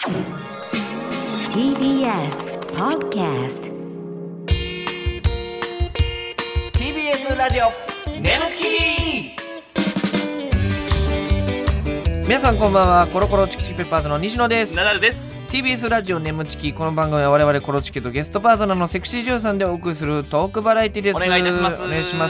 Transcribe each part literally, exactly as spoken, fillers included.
ティービーエス Podcast ティービーエス ラジオネムチキ。皆さんこんばんは。コロコロチキチキペッパーズの西野です。 ナダルです。 ティービーエス ラジオネムチキ。この番組は我々コロチキとゲストパートナーのセクシージュンさんでお送りするトークバラエティです。 お願いいたします。 お願いします。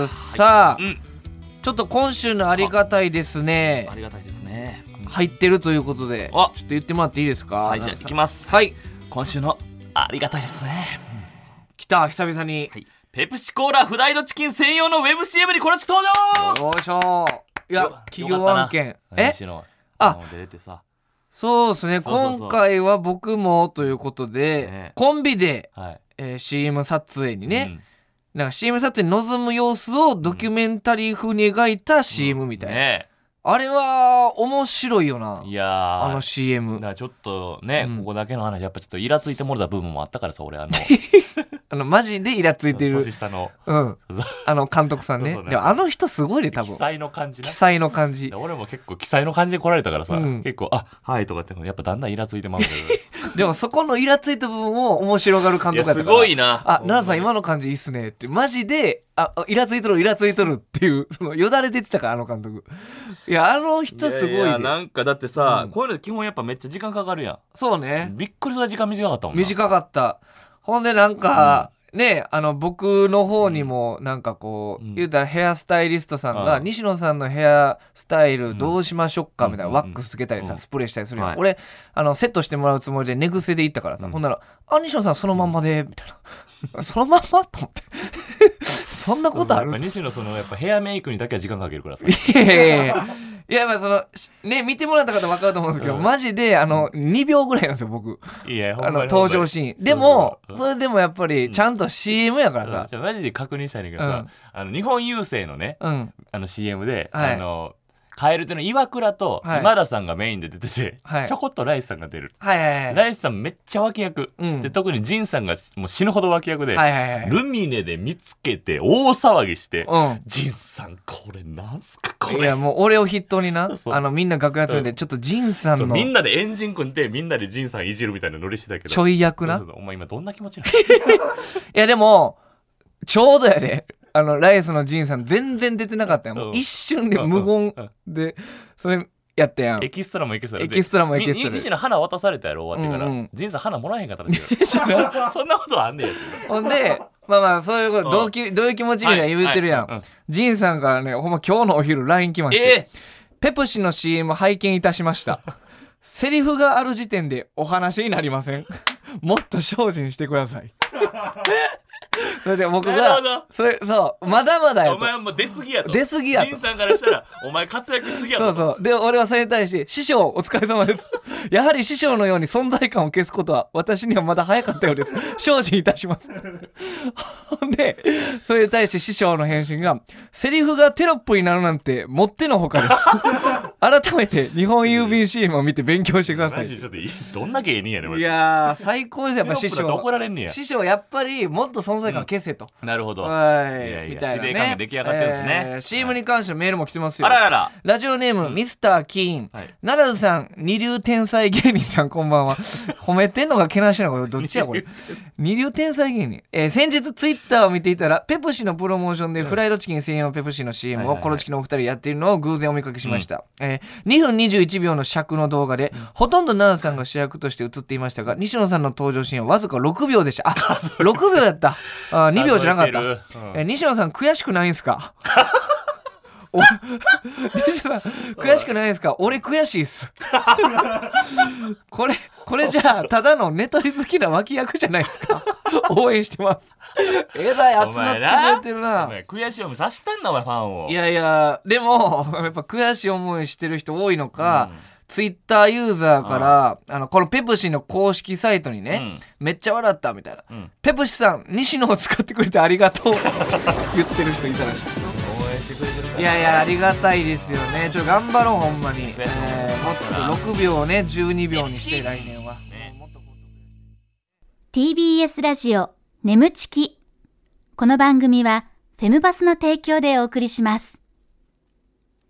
さあ、 うん、 ちょっと今週のありがたいですね。 ありがたいですね。 入ってるということで、ちょっと言ってもらっていいですか。 はい、じゃあ行きます。 はい、 今週のありがたいですね。 来た、久々に、はい、 ペプシコーラフライドチキン専用のウェブ シーエム にコロチキ登場。 よいしょ。いや、企業案件、 えあ出てさ、 そうですね。 そうそうそう、 今回は僕もということで、 ね、 コンビで、 はい、 えー、シーエム 撮影にね、うん、なんか シーエム 撮影に臨む様子をドキュメンタリー風に描いた シーエム みたいな、うんね、あれは面白いよな。 いやあの シーエムだからちょっとね、うん、ここだけの話、やっぱちょっとイラついてもらった部分もあったからさ、俺あのあのマジでイラついてる年下の、 うん、あの監督さんね。そうそう、でもあの人すごいね、多分記載の感じな、 記載の感じ。 俺も結構記載の感じで来られたからさ、うん、結構あはいとかってやっぱだんだんイラついてまうけどでもそこのイラついた部分を面白がる監督やったから、 すごいな。 あ、奈良さん今の感じいいっすねってマジで、あ、イラついとるイラついとるっていう、そのよだれ出てたから、あの監督。いや、あの人すごいで。いやいや、 なんかだってさ、うん、こういうの基本やっぱめっちゃ時間かかるやん。 そうね、 びっくりする時間短かったもんな。 短かった。ほんでなんか、うん、ね、あの僕の方にもなんかこう、うん、言うたらヘアスタイリストさんが、うん、西野さんのヘアスタイルどうしましょうかみたいな、うん、ワックスつけたりさ、うん、スプレーしたりするやん、はい、俺あのセットしてもらうつもりで寝癖で行ったからさ、うん、ほんならあ西野さんそのまんまでみたいなそのまんまと思ってそんなことある？ 西野そのやっぱヘアメイクにだけは時間かけるからさ。 いやいやいやいや、まあそのね、見てもらった方分かると思うんですけど、うん、マジであのにびょうぐらいなんですよ僕。 いや、 あの登場シーンでも、そうそう、それでもやっぱりちゃんと シーエム やからさ、 うん、じゃマジで確認したいんだけどさ、うん、あの日本郵政のね、うん、あの シーエム で、はい、あの蛙亭の岩倉と今田さんがメインで出てて、はい、ちょこっとライスさんが出る、はいはいはい、ライスさんめっちゃ脇役、うん、で特に仁さんがもう死ぬほど脇役で、はいはいはい、ルミネで見つけて大騒ぎして、うん、仁さんこれなんすかこれ。 いやもう俺を筆頭にな、あのみんな楽屋集めてちょっと仁さんのみんなでエンジン組んでみんなで仁さんいじるみたいなノリしてたけど、 ちょい役な。 そうそうそう、お前今どんな気持ちなのいやでもちょうどやで、あのライスのジンさん全然出てなかったよ、もう一瞬で無言でそれやったやん。 エキストラもエキストラエキストラもエキストラで西の花渡されたやろ終わってから、うんうん、ジンさん花もらえへんかったらしいそんなことあんねやほんでまあまあそういうこと、どうきどういう気持ちみたいな言うてるやん、はいはい、ジンさんからね、ほんま今日のお昼 ライン 来まして、えー、ペプシの シーエム 拝見いたしましたセリフがある時点でお話になりませんもっと精進してくださいそれで僕がそれそうまだまだやと、 お前はもう出過ぎやと、 出過ぎやと、 ジンさんからしたらお前活躍しすぎやと。 そうそうで俺はそれに対して師匠お疲れ様ですやはり師匠のように存在感を消すことは私にはまだ早かったようです精進いたしますほんでそれに対して師匠の返信が、セリフがテロップになるなんてもってのほかです改めて日本郵便 シーエム を見て勉強してください。 マジちょっといい、どんな芸人やねん。 いやー最高ですやっぱ師匠。 怒られんねや。 師匠やっぱりもっと存在感を消せと、 うん、なるほど。 はいいやいや、 みたいなね、 司令官が出来上がってるんですね、 えー、シーエム に関してのメールも来てますよ。 あららら。 ラジオネーム、うん、ミスターキーン、はい、ナダルさん、二流天才芸人さんこんばんは褒めてんのかけなしなのかどっちやこれ二流天才芸人、えー、先日ツイッターを見ていたらペプシのプロモーションでフライドチキン専用のペプシの シーエム をコロチキのお二人やっているのを偶然お見かけしました、うん、えー、にふんにじゅういちびょうの尺の動画で、うん、ほとんどナダルさんが主役として映っていましたが、西野さんの登場シーンはわずかろくびょうでした。あろくびょうやったあにびょうじゃなかった、うん、えー、西野さん悔しくないんすかお西野さん悔しくないんすか。俺悔しいっすこれこれじゃあただのネトリ好きな脇役じゃないですか応援してます。えらい集まってくれてるな。 お前悔しい思いさせたんだお前ファンを。 いやいやでもやっぱ悔しい思いしてる人多いのか、うん、ツイッターユーザーから、うん、あのこのペプシの公式サイトにね、うん、めっちゃ笑ったみたいな、うん、ペプシさん西野を使ってくれてありがとうって言ってる人いたらしい。 応援してくれてるから、 いやいやありがたいですよね。ちょっと頑張ろうほんまに、えー、もっとろくびょうをねじゅうにびょうにして来年は、ね、もっとティービーエス ラジオ眠ちき。この番組はフェムバスの提供でお送りします。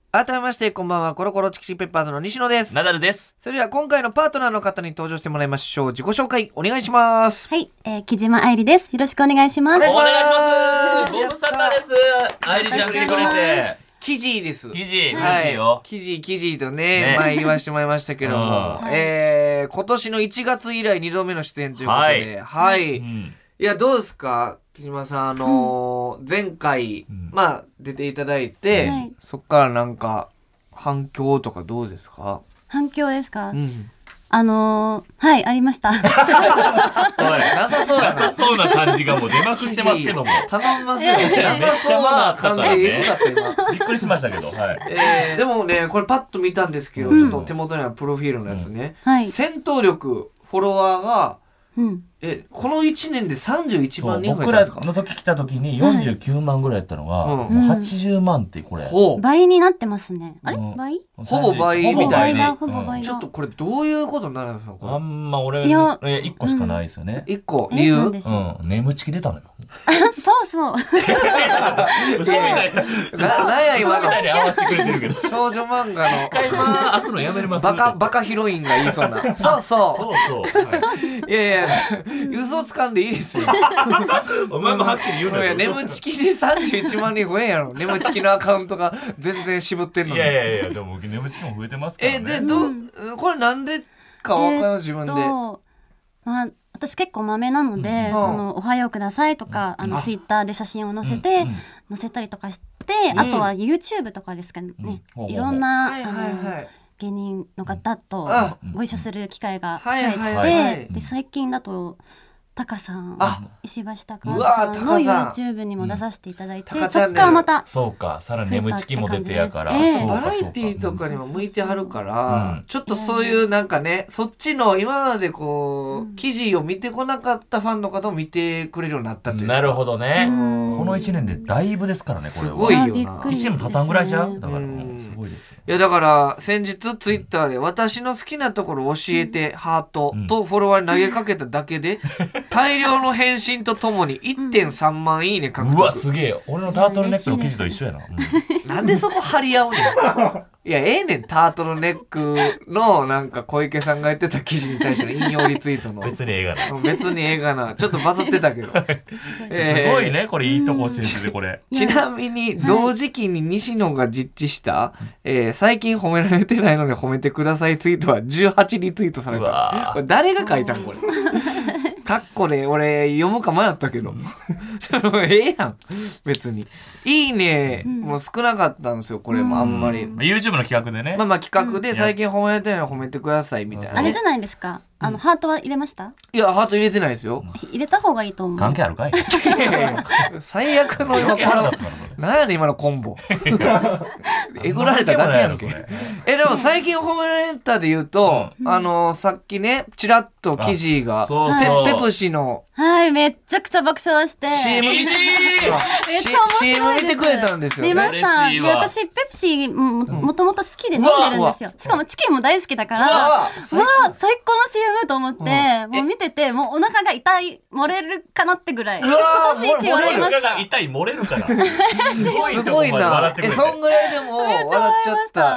改めましてこんばんは、コロコロチキチキペッパーズの西野です。 ナダルです。 それでは今回のパートナーの方に登場してもらいましょう。自己紹介お願いします。 はい、えー、木島愛理です。よろしくお願いします。 お願いします。ご無沙汰です。愛理ちゃん来てくれて。 キジです。 キジ、嬉しいよ。 キジキジとね、前言わせてもらいましたけども、えー、今年のいちがつ以来にどめの出演ということで、はい。いや、どうですか木島さん、あのー、前回、うん、まあ出ていただいて、はい、そっからなんか反響とかどうですか？ 反響ですか？ うん、 あのー、はいありました。 おい、なさそうな、なさそうな感じがもう出まくってますけども。 頼みますよ。なさそうな感じ、 ね、びっくりしましたけど、はい。 えー、でもねこれパッと見たんですけど、うん、ちょっと手元にはプロフィールのやつね、うんはい、戦闘力フォロワーがうん、えこのいちねんでさんじゅういちまんにん増えたんですか？ 僕らの時来た時によんじゅうきゅうまんぐらいやったのが、はい、もうはちじゅうまんってこれ、 うん、倍になってますね。あれ、うん、倍ほぼ倍みたいな。 ほぼ倍だ。 ちょっとこれどういうことになるんですか？ あんま俺いやいっこしかないですよね。 いっこ理由、 うん、眠ちき出たのよ。 そうそう。 嘘みたいな。 なんや今の。 合わせてくれてるけど。 少女漫画の。 開幕開くのやめれます。 バカバカヒロインが言いそうな。そうそう。 そうそう。 いやいや嘘つかんでいいですよ。 お前もはっきり言うのよ。 眠ちきでさんじゅういちまんにん増えんやろ。眠ちきのアカウントが全然渋ってんのに。 いやいやいやでも眠ちきも増えてますからね。 えでど、うん、これなんでか分かります自分で。 まあ私結構マメなので、うん、そのおはようくださいとか、うん、あのツイッターで写真を載せて、うん、載せたりとかして、うん、あとは YouTube とかですかね、うん、いろんな、はいはいはい、芸人の方とご一緒する機会が増えて、で最近だとタカさん、石橋タカさんの YouTube にも出させていただいて、うん、そっからまたそうかさらに眠ちきも出てやから、 えー、バラエティーとかにも向いてはるから、うん、ちょっとそういうなんかねそっちの今までこう、うん、記事を見てこなかったファンの方も見てくれるようになったというか。 なるほどね、うん、このいちねんでだいぶですからねこれは。 すごいよな。 いちねんも経たんぐらいじゃん。だからもうすごいですよ。 いやだから先日ツイッターで私の好きなところ教えて、うん、ハートとフォロワーに投げかけただけで、うん、大量の返信とともに いってんさんまんいいね獲得。 うわすげえ。俺のタートルネックの記事と一緒やな、 うん、なんでそこ張り合うねん。いやええねんタートルネックのなんか小池さんが言ってた記事に対しての引用リツイートの別に映画な別に映画なちょっとバズってたけど、 えー、すごいねこれいいとこ教えててこれ。 ちなみに同時期に西野が実地した、はい、えー、最近褒められてないのに褒めてくださいツイートはじゅうはちリツイートされた。これ誰が書いたんこれ。カッコで俺読むか迷ったけどええやん別に。いいね、うん、もう少なかったんですよこれもあんまり。 YouTube の企画でね。 まあまあ企画で最近褒められてないの褒めてくださいみたいな、ね、 あれじゃないですか。あの、うん、ハートは入れました？ いやハート入れてないですよ。 入れた方がいいと思う。 関係あるかい。 最悪の今から何やねん今のコンボ。えぐられただけやんけ。えでも最近褒められたで言うと、うん、あのさっきねチラッと記事がそうそうペ, ペプシのはいめっちゃくちゃ爆笑してシーエム, めっちゃシーエム 見てくれたんですよね。 見ました。で私ペプシー も, もともと好きで飲んでるんですよ。しかもチキンも大好きだからわあ最高の シーエム と思って、うん、もう見ててもうお腹が痛い漏れるかなってぐらい今年一笑いました。 痛い漏れるからすごいすごいな。えそんぐらいでも笑っちゃった。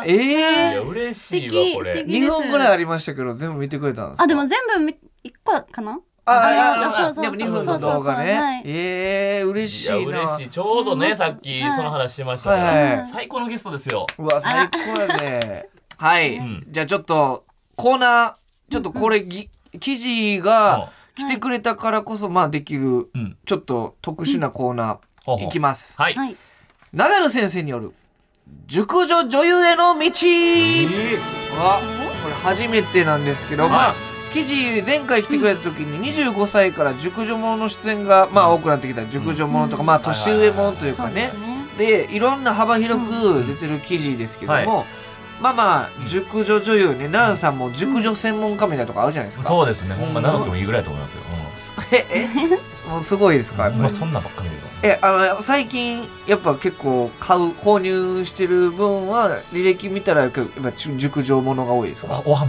ええー、いや嬉しいわこれ。 にふんぐらいありましたけど全部見てくれたんですか？ あでも全部いっこかな。 ああでもにふんの動画ね。はい、ええー、嬉しいな。いや嬉しい。ちょうどねさっきその話してましたから、はいはい、最高のゲストですよ。 うわ最高やね。はい、うん、じゃあちょっとコーナーちょっとこれ、うん、記事が来てくれたからこそまあできる、うん、ちょっと特殊なコーナー、うん、いきます。 はい。 ナダル先生による熟女女優への道、えー、はこれ初めてなんですけど、はい、まあ記事前回来てくれた時ににじゅうごさいから熟女ものの出演がまあ多くなってきた。熟女ものとかまあ年上ものというかね、でいろんな幅広く出てる記事ですけども、はい、まあまあ熟女女優ね、奈良さんも熟女専門家みたいなとこあるじゃないですか。 そうですね、ほんま名乗ってもいいぐらいだと思いますよ。 ええもうすごいですか。 まあそんなばっかりだよ。 えあの最近やっぱ結構買う購入してる分は履歴見たらやっぱ熟女ものが多いですか。 おはんばっか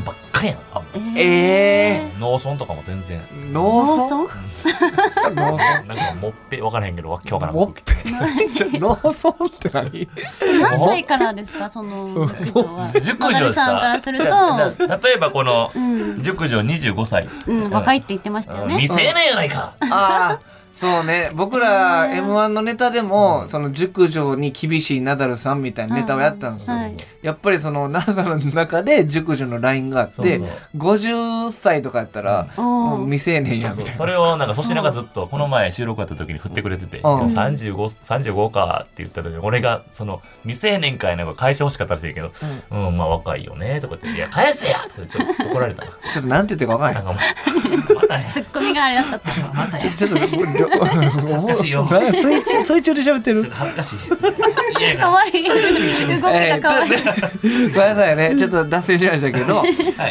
かやん。 えー、農村とかも全然。 農村？農村？なんかもっぺ分からへんけどわけわからん。 もっぺ。農村って何？ 何歳からですかその熟女は？ 熟女さんからすると、 例えばこの熟女にじゅうごさい、 うん、若いって言ってましたよね。 未成年やないか。 ああ。そうね、僕ら エムワン のネタでも、その熟女に厳しいナダルさんみたいなネタをやったんですよ、はい、やっぱりそのナダルの中で熟女のラインがあって、そうそうごじゅっさいとかやったら、うん、もう未成年やみたいな。 そうそう、それをなんか粗品がずっとこの前収録やった時に振ってくれてて、うん、さんじゅうご, さんじゅうごかって言った時に俺がその未成年かいなんか返してほしかったらしいけど、うん、うん、まあ若いよねとか言って、いや返せやってちょっと怒られたな。 ちょっとなんて言ってるか分からない。 なんかもうツッコミがあれだったってまたやちょっと恥ずかしいよ。 水中で喋ってる。 恥ずかしい。 かわいい。動きがかわいい。 ごめんなさいね、ちょっと脱線しましたけど、はい、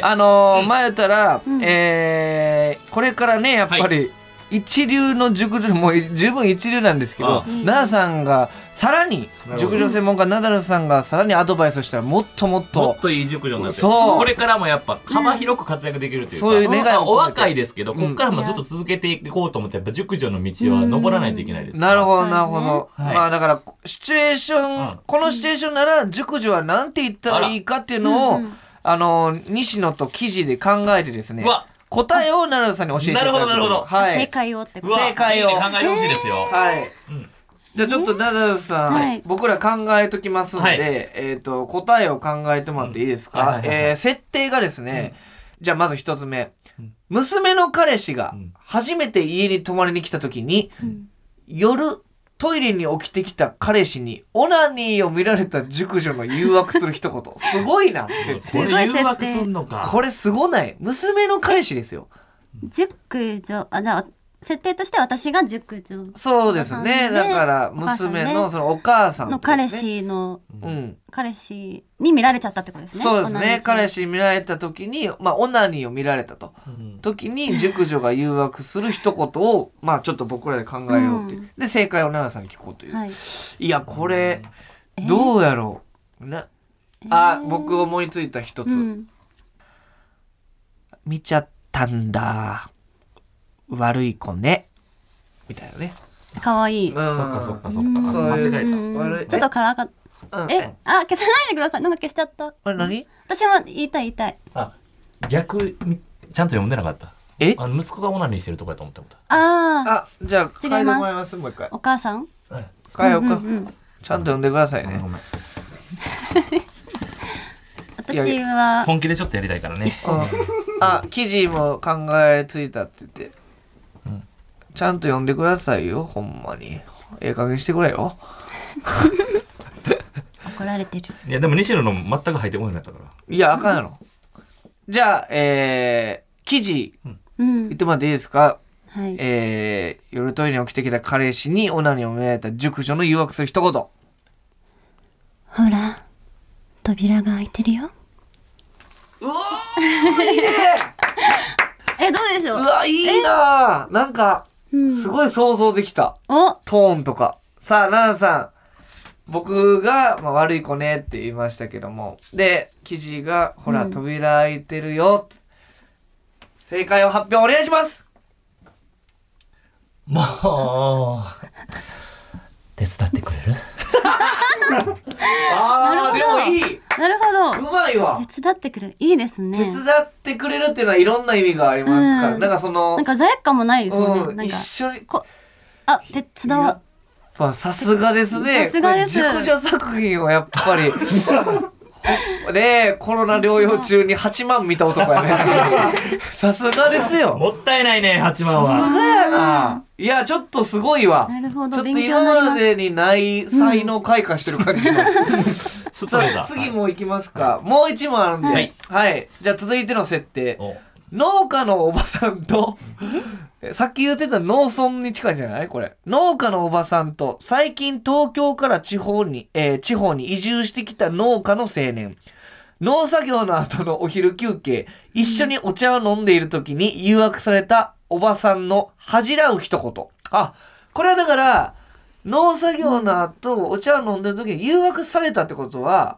あのー、前言ったら、うん、えー、これからねやっぱり、はい、一流の熟女もう十分一流なんですけど、ナダルさんがさらに熟女専門家ナダルさんがさらにアドバイスしたらもっともっともっといい熟女になって、そうこれからもやっぱ幅広く活躍できるというか、そういう願いをお若いですけど、ここからもずっと続けていこうと思ってやっぱ熟女の道は登らないといけないです、うん、 なるほどなるほど、はい、まあだからシチュエーション、うん、このシチュエーションなら熟女はなんて言ったらいいかっていうのを、うん、あの西野と記事で考えてですね、答えをナダルさんに教えていただく。 なるほどなるほど、 はい、正解をってこと。 正解を考えてほしいですよ、 えー、はい、うん、じゃあちょっとナダルさん、はい、僕ら考えときますので、はい、えーと答えを考えてもらっていいですか。うん、はいはいはいはい、えー、設定がですね、うん、じゃあまず一つ目、うん、娘の彼氏が初めて家に泊まりに来た時に、うん、夜トイレに起きてきた彼氏にオナニーを見られた熟女の誘惑する一言。すごいな。 これ誘惑すんのか。 これすごない。娘の彼氏ですよ。 熟女、あ、じゃあ設定として私が熟女。 そうですね。だから娘のそのお母さん、ね、 の彼氏の、うん、彼氏に見られちゃったってことですね。 そうですね。彼氏に見られた時に、まあオナニーを見られたと、うん、時に熟女が誘惑する一言をまあちょっと僕らで考えようっていう、うん、で正解を奈々さんに聞こうという、はい、いやこれ、うん、どうやろうな、えー、あ、僕思いついた一つ、うん、見ちゃったんだ悪い子ねみたいなね。 かわいい、 うん、そっかそっかそっか、間違えた。 悪いちょっと辛かった、うん、え、あ、消さないでください。なんか消しちゃった。 あれ何？ 私も言いたい言いたい。 あ、逆ちゃんと読んでなかった。え？あの息子がオナニーしてるとこやと思ったこと。 ああ、じゃあ変えてもらいます。もう一回。 お母さん？ 変えようか、うんうんうん。ちゃんと読んでくださいね。ごめん私は本気でちょっとやりたいからね。 あ、記事も考えついたって言って、うん、ちゃんと読んでくださいよ。ほんまにええ加減してくれよ。 怒られてる。 いやでも西野の全く入ってこなかったから。 いやあかんやろ。じゃあ、えー、記事、うん、言ってもらっていいですか。はい、えー、夜トイレに起きてきた彼氏にオナニーを見られた熟女の誘惑する一言。 ほら扉が開いてるよ。 うわーいいね。 え、どうでしょう。 うわいいな。なんか、うん、すごい想像できた。トーンとか。さあ奈々さん、僕が、まあ、悪い子ねって言いましたけども、で記事がほら、うん、扉開いてるよ。正解を発表お願いします。 もう手伝ってくれる？ あーでもいい。 なるほど。 うまいわ。 手伝ってくれる。いいですね。 手伝ってくれるっていうのはいろんな意味がありますから、うん、なんかそのなんか罪悪感もないですよね、うん、なんか一緒にこあ手伝わさすがですね。 さすがです。 熟女作品はやっぱりねえ、コロナ療養中にはちまん見た男やね。さすがですよ。 もったいないねはちまんは。 さすがやな。いやちょっとすごいわ。 なるほど。 ちょっと今までにない才能開花してる感じします。 うん、さあ次もいきますか。はい、もう一問あるんで、はい、はい。じゃあ続いての設定。農家のおばさんとさっき言ってた農村に近いんじゃないこれ。農家のおばさんと最近東京から地方に、えー、地方に移住してきた農家の青年。農作業の後のお昼休憩、一緒にお茶を飲んでいる時に誘惑されたおばさんの恥じらう一言。あ、これはだから農作業の後お茶を飲んでる時に誘惑されたってことは、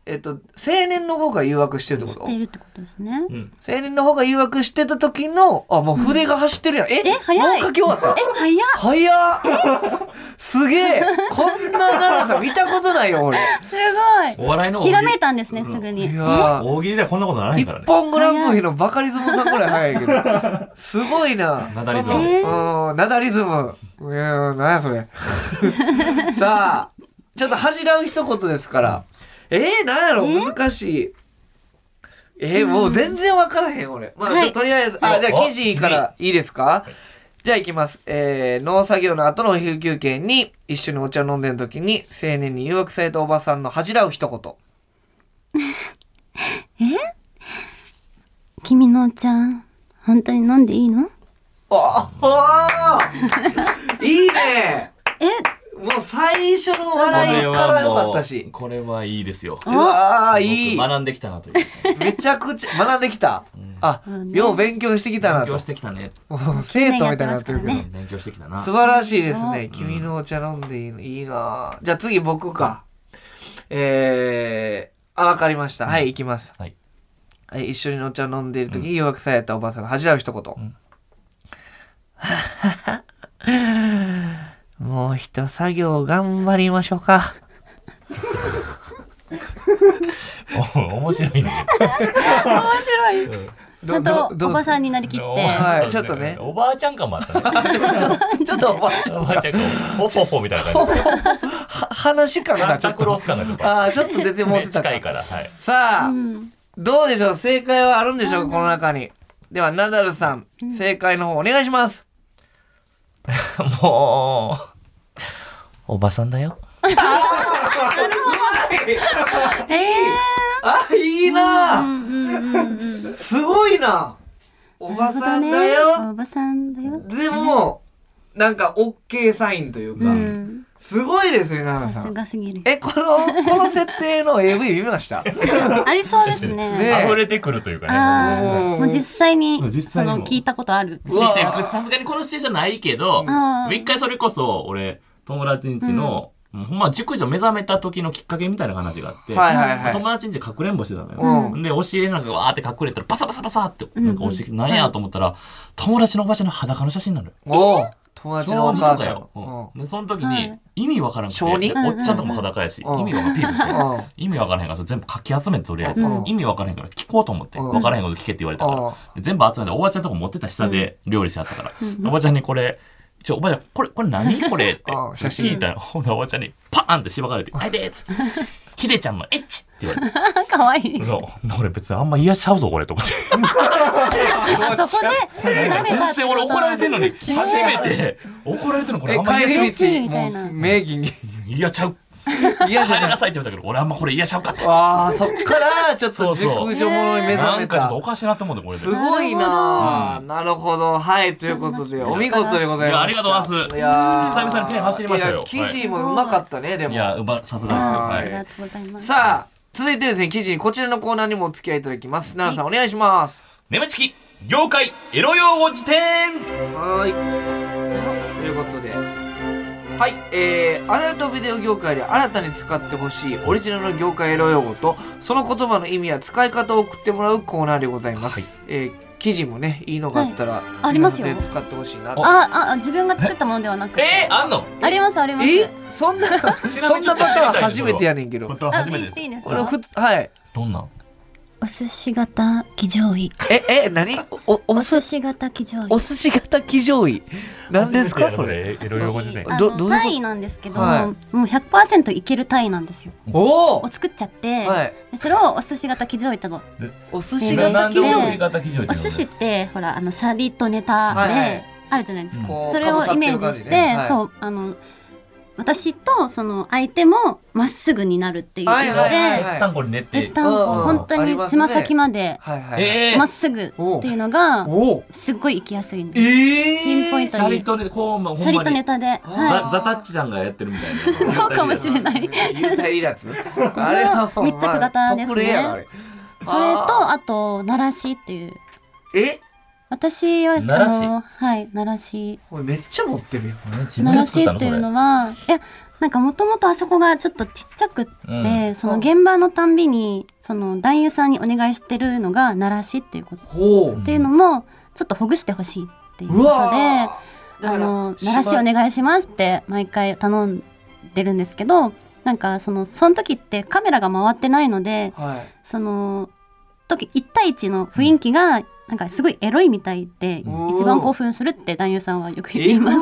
えっと、青年の方が誘惑してるってこと？ してるってことですね。 うん、青年の方が誘惑してた時の、あ、もう筆が走ってるやん。え、 え、早い。 もう書き終わった。 え、早っ。 早っ。すげえ。こんな奈良さん見たことないよ、俺。 すごい。 お笑いのひらめいたんですね、すぐに。 いや大喜利ではこんなことならないからね。 一本グランプリのバカリズムさんぐらい早いけど。すごいな。 ナダリズム。 うん、ナダリズム。いや、なんやそれ。さあ、ちょっと恥じらう一言ですから。えー、なんやろ、難しい。えー、もう全然分からへん俺。まあ、はい、とりあえず、あ、じゃあ記事からいいですか？じゃあ行きます。えー、農作業の後のお昼休憩に一緒にお茶飲んでる時に青年に誘惑されたおばさんの恥じらう一言。 え？君のお茶本当に飲んでいいの？ ああいいね。 え？ もう最初の笑いから良かったし、 これはいいですよ。 うわーいい。 学んできたなという。 めちゃくちゃ学んできた。うん、あ、よう勉強してきたなと。 勉強してきたね。 もう生徒みたいになってるけど、 ね、勉強してきたな。 素晴らしいですね。君のお茶飲んでいいの、いいな。じゃあ次僕か。えー、あ、わかりました。はい、行きます。はい。はい、一緒にお茶飲んでいる時に誘惑されたおばさんが恥じらう一言。うん、もう一作業頑張りましょうか。 お面白いね。 面白い。うん、ちゃんとおばさんになりきって、 はい、ちょっとね、 おばあちゃん感もあったね。 ちょっとちょっとおばあちゃん、 おばあちゃん感、ポポポみたいな感じ。 話感がちょっとクロス感がちょっと、 ああちょっと出てもってた近いから、はい。 さあ、うん、どうでしょう、正解はあるんでしょうか、この中に。ではナダルさん、うん、正解の方お願いします。 もうおばさんだよ。 ああいいな、うんうんうん、すごいな。おばさんだよ、 ね、おばさんだよ。 でもなんか OK サインというか、うん、すごいですね奈々さん。 さすがすぎる。 え、このこの設定の エーブイ 見ました？ ありそうですね。 ね、溢れてくるというかね。 もう実際にその聞いたことある。 さすがにこのシチュエーションないけど、一回それこそ俺友達ん家の、うん、ほんま熟女目覚めた時のきっかけみたいな話があって、はいはいはい、友達ん家かくれんぼしてたのよ、うん、で押し入れなんかわーって隠れたらパサパサパサってなんか押し入れ、なんやと思ったら、友達のおばちゃんの裸の写真なのよ。 お友達のお母さんよ、うん、でその時に意味わからんくて、 おっちゃんとかも裸やし、意味わからんピースして意味わからへんから全部かき集めてとりあえず、意味わからへんから聞こうと思って、わからへんこと聞けって言われたからで全部集めておばちゃんとか持ってた下で料理してあったから、おばちゃんにこれちょおばちゃんこれこれ何これって聞いたら、ほんでおばちゃんにパーンってしばかれて「あいで」っつって「ひでちゃんのエッチ」って言われてかわいい。 そう俺別にあんま癒しちゃうぞこれと思ってあそこで全然俺怒られてんのに初めて怒られてるのこれあんまり癒しちゃう名義に癒ちゃう癒しゃいなさいって言われたけど俺あんまこれ癒しちゃうかって。 ああそっからちょっと熟女ものに目覚めた。 なんかちょっとおかしいなと思うんでこれすごいな、うん、なるほど。はいということでお見事でございます。 ありがとうございます。いや久々にペン走りましたよ。 記事もうまかったね、はい、でもいやうまさすがですよ、はい、 ありがとうございます。 さあ続いてですね記事にこちらのコーナーにもお付き合いいただきます。奈々さんお願いします。 眠ちき業界エロ用語辞典。 はいということではい、えー、アダルトビデオ業界で新たに使ってほしいオリジナルの業界エロ用語とその言葉の意味や使い方を送ってもらうコーナーでございます、はい、えー、記事もねいいのがあったら、はい、 ありますよ。 使ってほしいな。 ああ自分が作ったものではなくてえー、あんのありますあります。 えそんなそんなパターン初めてやねんけど。 初めてです。 いいですか。はい。 どんなんお寿司型騎乗位。 ええ何 お, お, お寿司型騎乗位。 お寿司型騎乗位何ですかそれ。 エロ用語辞典。 どどういう単位なんですけど、はい、もう ひゃくパーセント いける単位なんですよ。 おを作っちゃって、 はい、 それをお寿司型騎乗位とのお寿司型騎乗位。 お寿司ってほらあのシャリとネタであるじゃないですか、はい、それをイメージして、ねはい、そうあの私とその相手もまっすぐになるっていうので、ぺったんこに練ってぺったんこ本当につま先までまっすぐっていうのがすっごい行きやすいんです。ピンポイントにシャリとネタこうほんまにシャリとネタで、 はい、ザ, ザタッチさんがやってるみたいなそうかもしれない。 幽体離脱あれは密着型ですね。それとあと鳴らしっていうえ私は奈良市、 あのはい奈良市。 おいめっちゃ持ってるよ。 奈良市っていうのはいやなんかもともとあそこがちょっとちっちゃくって、うん、その現場のたんびにその男優さんにお願いしてるのが奈良市っていうことっていうのもちょっとほぐしてほしいっていうことで、あの奈良市お願いしますって毎回頼んでるんですけど、なんかそのその時ってカメラが回ってないので、はい、その時いち対いちの雰囲気がなんかすごいエロいみたいで、うん、一番興奮するって男優さんはよく言います。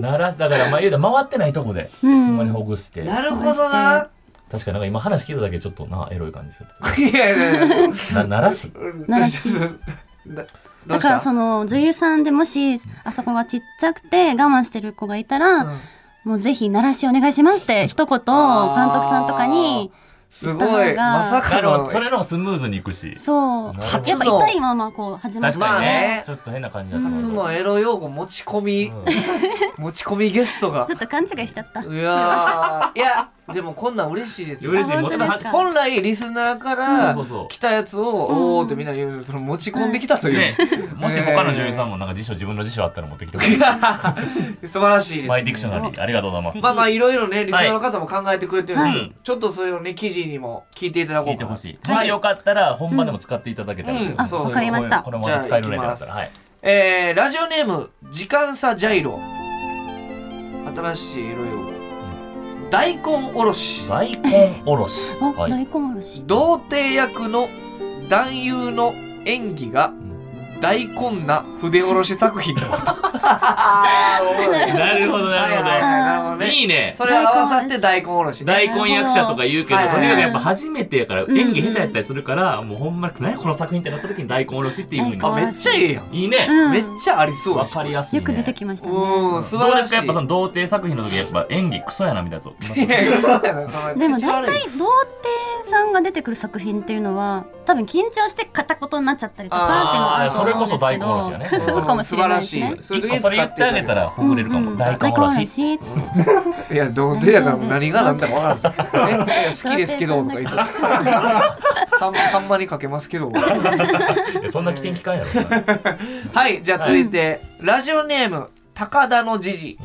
ならだからまあ言うたら回ってないとこで、うん、ほんまにほぐして。 なるほどな。 確かになんか今話聞いただけちょっとなエロい感じする。いやいやいやな奈良市奈良市だからその女優さんでもしあそこがちっちゃくて我慢してる子がいたら、うん、もうぜひ奈良市お願いしますって一言監督さんとかにすごいまさかのそれのスムーズにいくし、 そうやっぱ痛いままこう始まった確かにね、ちょっと変な感じだった。 初のエロ用語持ち込み、うん、持ち込みゲストがちょっと勘違いしちゃった。 いやいやでもこんなん嬉しいですよ。 嬉しい。 本来リスナーから来たやつを、うん、おおってみんな言うその持ち込んできたという、ね、 もし他の女優さんもなんか辞書自分の辞書あったら持ってきてくれる素晴らしいです、ね、 マイディクショナリーありがとうございます。 まあまあいろいろねリスナーの方も考えてくれてるんです、はい、ちょっとそういうのね記事にも聞いていただこうかな。聞いてほしい。 もしよかったら本番でも使っていただけたら、うんうん、 あわかりました。 これも使えるねってなったら、はい、 えー、ラジオネーム時間差ジャイロ、新しいエロ用語大根おろし。 大根おろし。 あ、はい、大根おろし。 童貞役の男優の演技が大根な筆おろし作品のこと。 なるほどなるほど。なるほどね。いいね。 それ合わさって大根おろし、ね。 大根役者とか言うけど、とにかくやっぱ初めてやから演技下手やったりするから、うんうん、もうほんまに何やこの作品ってなった時に大根おろしっていう風に。 あ、めっちゃいいやん。 いいね。 うん、めっちゃありそう。 わかりやすい、ね。 よく出てきましたね。 うん、素晴らしい。どうですかやっぱその童貞作品の時やっぱ演技クソやなみたいな。 でも大体童貞さんが出てくる作品っていうのは多分緊張して片言になっちゃったりとかっていうのがあると思うんですけど。それこそ大根おろしやね。そうかもしれないですね。 それ言ってあげたらほぐれるかも。大根おろし。 いや童貞やから何が何だか分からん。好きですけどとか言いそう。さんまにかけますけど。 そんな起点機会やろ。 はいじゃあ続いてラジオネーム高田のじじ。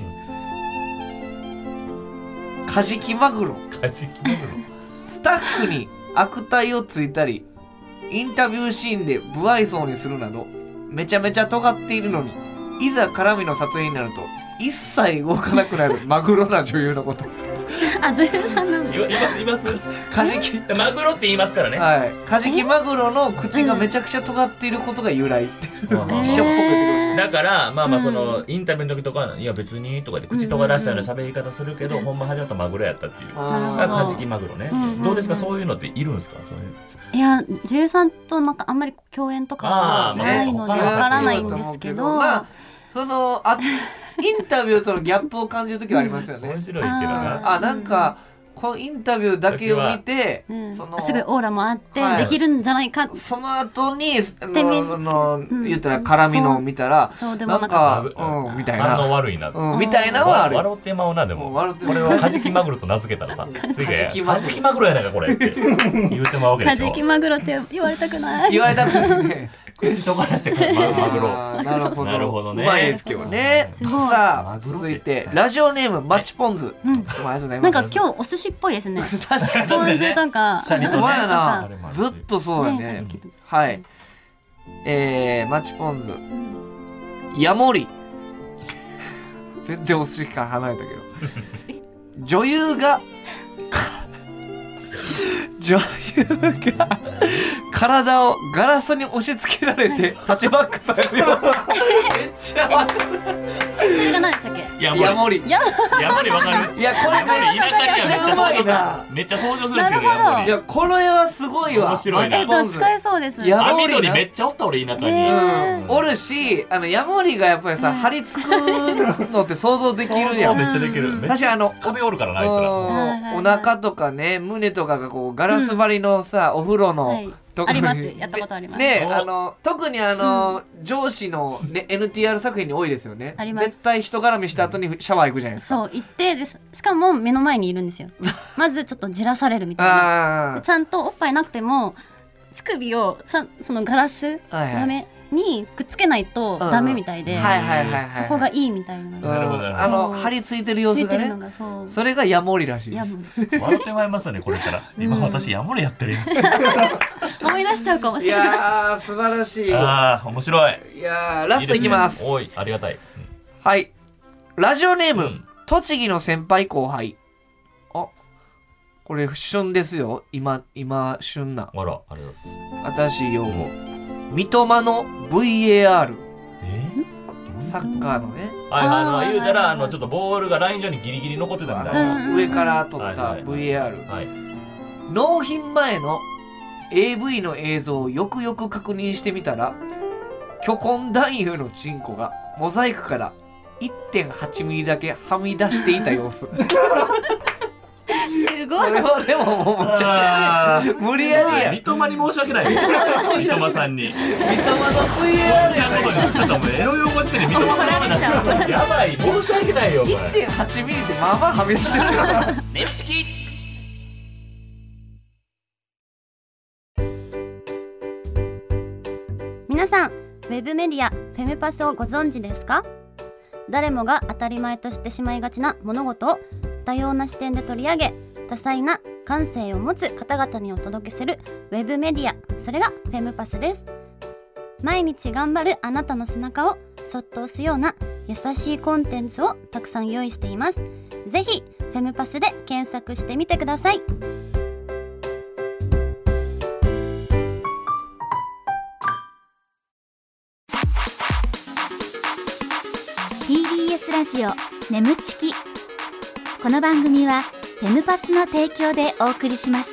カジキマグロ。 カジキマグロ。 スタッフに悪態をついたりインタビューシーンで不愛想にするなどめちゃめちゃ尖っているのにいざ絡みの撮影になると一切動かなくなるマグロな女優のこと。 あ、女優さんなんだ。 いますカジキマグロって言いますからね。 はい。カジキマグロの口がめちゃくちゃ尖っていることが由来っていう一緒っぽく言ってくる。 だからまあまあその、うん、インタビューの時とかいや別にとかで口尖らしたような喋り方するけど、うん、本番始まったマグロやったっていうカジキマグロね、うん、どうですかそういうのっているんですか。そういういや女優さんとなんかあんまり共演とかはないのでわからないんですけど、 まあそのあインタビューとのギャップを感じる時はありますよね。 面白いけどな。 あなんかこのインタビューだけを見て、 うん、そのすごいオーラもあって、はい、できるんじゃないか。 その後にあのの、うん、言ったら絡みのを見たらなんか、うん、みたいな反応悪いな、 うん、みたいなのはある。 笑ってまうな。でも俺はカジキマグロと名付けたらさカジキマグロやないかこれって言うてまうわけでしょ。 カジキマグロって言われたくない。 言われたくないね。 口とがらしてマグロ。 なるほど。 なるほどね。 うまいですけどね。さあ続いてラジオネームマチポンズ。 うん。なんか今日お寿司っぽいですね。 確かに。 ポン酢とか。 うまいな。ずっとそうだね。はい。えーマチポンズ。ヤモリ。全然お寿司から離れたけど。女優が女優が体をガラスに押し付けられてタッチバックされるよ。めっちゃわかる。 それが何でしたっけ。 ヤモリ。 ヤモリわかる。 いやこれ田舎にはめっちゃ登場する。めっちゃ登場するんですけどヤモリ。 いやこの絵はすごいわ。 面白いな。 えっと使えそうです。 ヤモリめっちゃおった俺田舎に。 おるしあのヤモリがやっぱりさ張り付くのって想像できるやん。 めっちゃできる。 確かにあの壁おるからなあいつら。 お腹とかね胸とかがこうガラス張りのさお風呂のあります。やったことあります。 ねあの特にあの、うん、上司の、ね、エヌティーアール 作品に多いですよね。 あります。 絶対人絡みした後にシャワー行くじゃないですか。 そう行ってです。しかも目の前にいるんですよ。まずちょっとじらされるみたいな。ちゃんとおっぱいなくても乳首をさそのガラス画面にくっつけないとダメみたいで、そこがいいみたいな。 なるほど。 あの張り付いてる様子がね、そ, それがヤモリらしいです。 笑ってまいりますよねこれから。今私ヤモリやってるよ。 思い出しちゃうかもしれない。 いやー素晴らしい。 あー面白い。 いやーラストいきます。 おいありがたい。 はい。ラジオネーム栃木の先輩後輩。あ、これ旬ですよ。今今旬な。 あらありがとうございます。 新しい用語。三笘の ブイエーアール。え？サッカーのね。 はいあの言うたらあのちょっとボールがライン上にギリギリ残ってたみたいな。 上から撮った ブイエーアール。はい。納品前の エーブイ の映像をよくよく確認してみたら、巨根男優のチンコがモザイクから いってんはちミリだけはみ出していた様子。 すごい。 これはでももうめっちゃ無理やりや。 三笘に申し訳ない。三笘さんに。 三笘の ブイエーアール やから。エロ用語してる三笘さん。やばい申し訳ないよ。 いってんはちミリってまあまあはみ出してるから。 ネムチキ。 皆さん、ウェブメディアフェムパスをご存知ですか？誰もが当たり前としてしまいがちな物事を多様な視点で取り上げ、多彩な感性を持つ方々にお届けするウェブメディア、それがフェムパスです。毎日頑張るあなたの背中をそっと押すような優しいコンテンツをたくさん用意しています。ぜひフェムパスで検索してみてください。 ティービーエス ラジオ眠ちき。この番組はフェムパスの提供でお送りしました。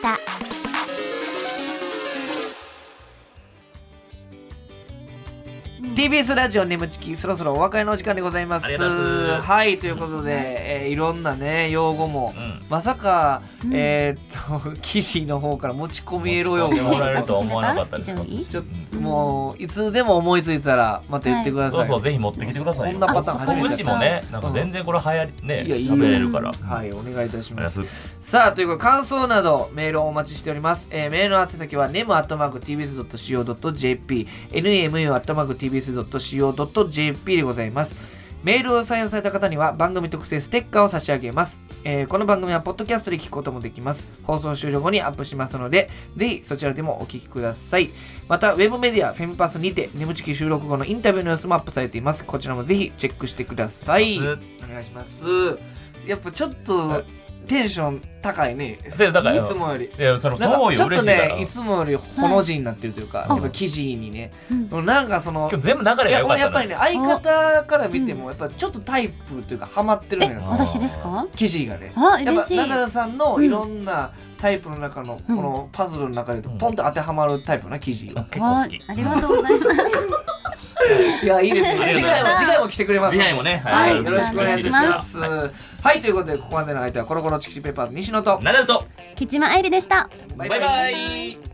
ティービーエス ラジオ眠ちき、そろそろお別れのお時間でございます。はいということで、えー、いろんなね用語も、うん、まさか、うん、えー、っと記事の方から持ち込みエロ用語もらえると思わなかったです。 ちょっともういつでも思いついたらまた言ってください。 はい、そうそうぜひ持ってきてください。 こんなパターン初めて。 虫もねなんか全然これ流行りね喋れるから。 はいお願いいたします。さあということで感想などメールをお待ちしております。えー、メールの宛先は ネムアットマークティービーエスドットシーオードットジェーピー エヌエムユーアットマークティービーエスドットシーオードットジェーピー でございます。メールを採用された方には番組特製ステッカーを差し上げます。えー、この番組はポッドキャストで聞くこともできます。放送終了後にアップしますのでぜひそちらでもお聞きください。またウェブメディアフェムパスにて眠ちき収録後のインタビューの様子もアップされています。こちらもぜひチェックしてください。お願いします。やっぱちょっとテンション高いね。いつもより。いやそのそうよ嬉しいから。ちょっとねいつもよりほの字になってるというか、やっぱ記事にね、うん、なんかその今日全部流れが良かったな。 やっぱりね相方から見てもやっぱちょっとタイプというかハマってるのよ。 私ですか？ 記事がね。 あ嬉しい。 やっぱナダルさんのいろんなタイプの中のこのパズルの中でポンと当てはまるタイプな記事は結構好き。 ありがとうございます。 いやいいですね。次回も次回も来てくれます。 次回もね。 はい、よろしくお願いします。はいということでここまでの相手はコロコロチキチペッパーズ西野とナダルと木島愛理でした。 バイバイ。